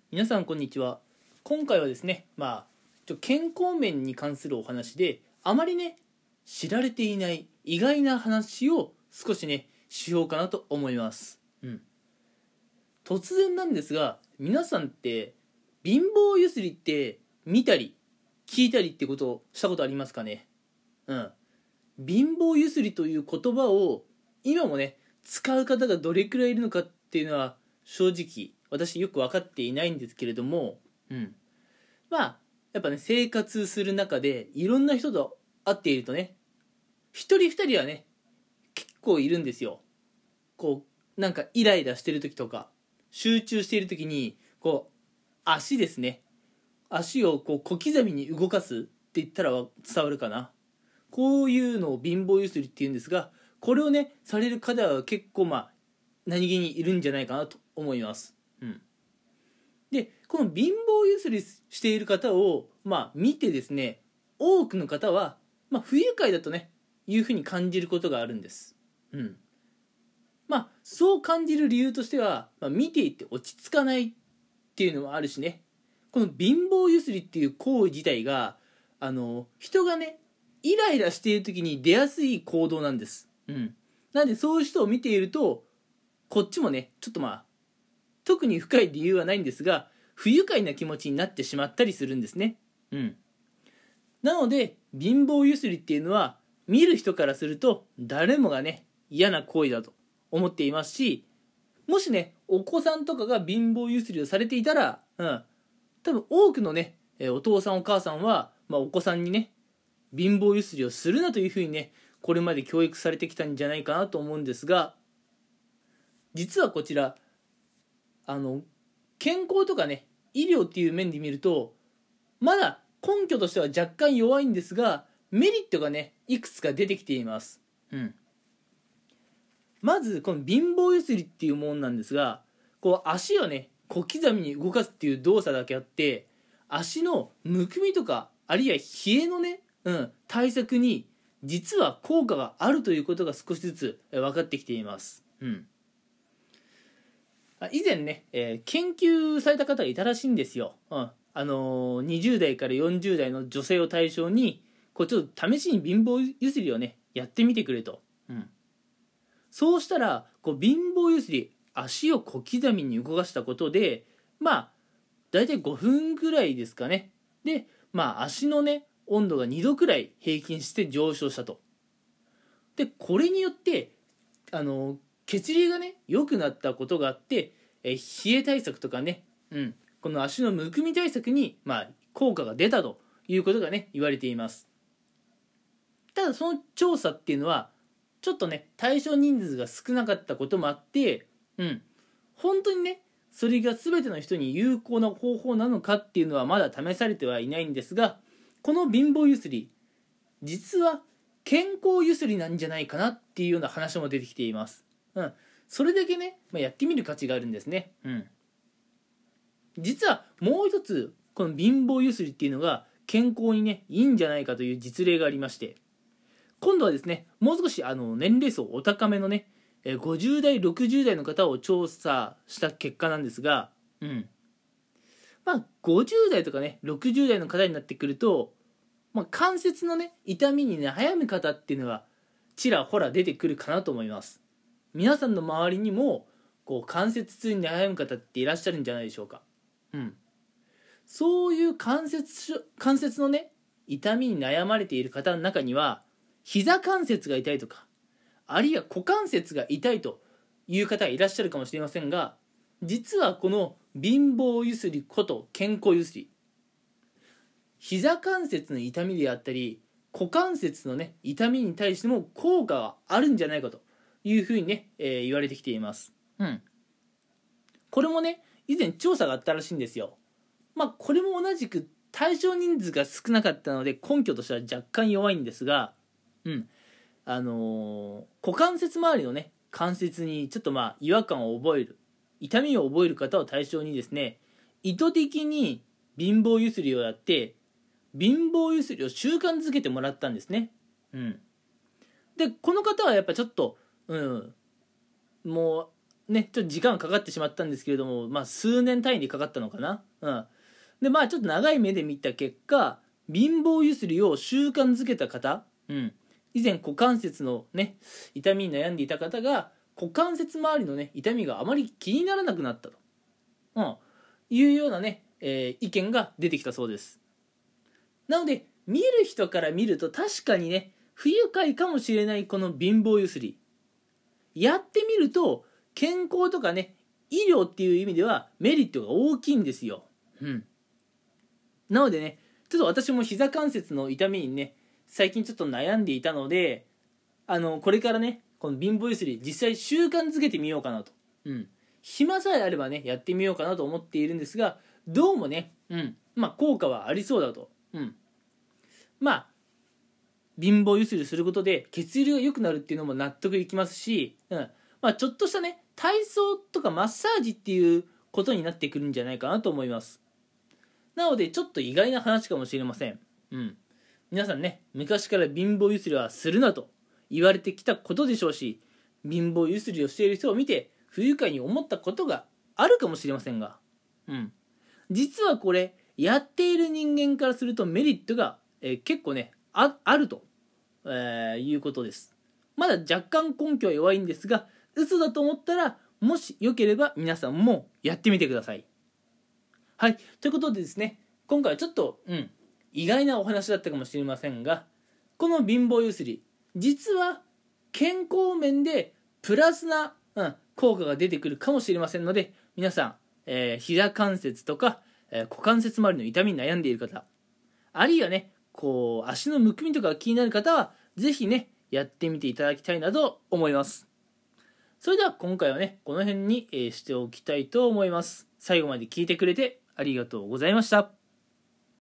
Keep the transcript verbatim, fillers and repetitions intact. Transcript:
皆さんこんにちは。今回はですね、まあちょ健康面に関するお話で、あまりね知られていない意外な話を少しねしようかなと思います。うん。突然なんですが、皆さんって貧乏ゆすりって見たり聞いたりってことをしたことありますかね。うん。貧乏ゆすりという言葉を今もね使う方がどれくらいいるのかっていうのは正直私よく分かっていないんですけれども、うん、まあやっぱね生活する中でいろんな人と会っているとね、一人二人はね結構いるんですよ。こうなんかイライラしてる時とか集中している時にこう足ですね、足をこう小刻みに動かすって言ったら伝わるかな。こういうのを貧乏ゆすりって言うんですが、これをねされる方は結構まあ何気にいるんじゃないかなと思います。うん、でこの貧乏ゆすりしている方をまあ見てですね、多くの方は、まあ、不愉快だとねいうふうに感じることがあるんです。うん、まあそう感じる理由としては、まあ、見ていて落ち着かないっていうのもあるしね、この貧乏ゆすりっていう行為自体があの人がねイライラしている時に出やすい行動なんです。うん、なんでそういう人を見ているとこっちもねちょっとまあ特に深い理由はないんですが、不愉快な気持ちになってしまったりするんですね。うん。なので貧乏ゆすりっていうのは見る人からすると誰もがね嫌な行為だと思っていますし、もしねお子さんとかが貧乏ゆすりをされていたら、うん、多分多くのねお父さんお母さんは、まあ、お子さんにね貧乏ゆすりをするなというふうにねこれまで教育されてきたんじゃないかなと思うんですが、実はこちらあの健康とかね医療っていう面で見るとまだ根拠としては若干弱いんですが、メリットがねいくつか出てきています。うん、まずこの貧乏ゆすりっていうものなんですが、こう足をね小刻みに動かすっていう動作だけあって、足のむくみとかあるいは冷えのね、うん、対策に実は効果があるということが少しずつ分かってきています。うん以前ね、えー、研究された方がいたらしいんですよ。うん、あのー、にじゅう代からよんじゅう代の女性を対象にこうちょっと試しに貧乏ゆすりをねやってみてくれと。うん、そうしたらこう貧乏ゆすり、足を小刻みに動かしたことでまあだいたいごふんぐらいですかね。でまあ足のね温度がにどくらい平均して上昇したと。でこれによってあのー血流がね良くなったことがあって、え冷え対策とかね、うん、この足のむくみ対策に、まあ、効果が出たということがね言われています。ただその調査っていうのはちょっとね対象人数が少なかったこともあって、うん、本当にねそれが全ての人に有効な方法なのかっていうのはまだ試されてはいないんですが、この貧乏ゆすり実は健康ゆすりなんじゃないかなっていうような話も出てきています。うん、それだけね、まあ、やってみる価値があるんですね。うん、実はもう一つこの貧乏ゆすりっていうのが健康にねいいんじゃないかという実例がありまして、今度はですねもう少しあの年齢層お高めのねごじゅう代ろくじゅう代の方を調査した結果なんですが、うんまあ、ごじゅう代とかねろくじゅう代の方になってくると、まあ、関節のね痛みに悩む方っていうのはちらほら出てくるかなと思います。皆さんの周りにもこう関節痛に悩む方っていらっしゃるんじゃないでしょうか。うん、そういう関節関節のね痛みに悩まれている方の中には膝関節が痛いとかあるいは股関節が痛いという方がいらっしゃるかもしれませんが、実はこの貧乏ゆすりこと健康ゆすり、膝関節の痛みであったり股関節のね痛みに対しても効果があるんじゃないかというふうにね、えー、言われてきています。うん。これもね、以前調査があったらしいんですよ。まあこれも同じく対象人数が少なかったので根拠としては若干弱いんですが、うん、あのー、股関節周りのね関節にちょっとまあ違和感を覚える、痛みを覚える方を対象にですね、意図的に貧乏ゆすりをやって貧乏ゆすりを習慣づけてもらったんですね。うん。でこの方はやっぱちょっとうん、もうねちょっと時間がかかってしまったんですけれども、まあ数年単位でかかったのかな。うんでまあちょっと長い目で見た結果、貧乏ゆすりを習慣づけた方、うん、以前股関節のね痛みに悩んでいた方が股関節周りのね痛みがあまり気にならなくなったと、うん、いうようなね、えー、意見が出てきたそうです。なので見る人から見ると確かにね不愉快かもしれないこの貧乏ゆすり、やってみると健康とかね医療っていう意味ではメリットが大きいんですよ。うんなのでねちょっと私も膝関節の痛みにね最近ちょっと悩んでいたので、あのこれからねこの貧乏ゆすり実際習慣づけてみようかなと、うん、暇さえあればねやってみようかなと思っているんですが、どうもね、うん、まあ効果はありそうだと、うん、まあ貧乏ゆすりすることで血流が良くなるっていうのも納得いきますし、うんまあ、ちょっとしたね体操とかマッサージっていうことになってくるんじゃないかなと思います。なのでちょっと意外な話かもしれません。うん。皆さんね、昔から貧乏ゆすりはするなと言われてきたことでしょうし、貧乏ゆすりをしている人を見て不愉快に思ったことがあるかもしれませんが、うん。実はこれ、やっている人間からするとメリットが、えー、結構ね、あ、あると、えー、いうことです。まだ若干根拠は弱いんですが、嘘だと思ったら、もしよければ皆さんもやってみてください。はい、ということでですね、今回はちょっと、うん、意外なお話だったかもしれませんが、この貧乏ゆすり、実は健康面でプラスな、うん、効果が出てくるかもしれませんので、皆さん、えー、膝関節とか、えー、股関節周りの痛みに悩んでいる方、あるいはね、こう足のむくみとかが気になる方は、ぜひね、やってみていただきたいなと思います。それでは今回はね、この辺に、えー、しておきたいと思います。最後まで聞いてくれてありがとうございました。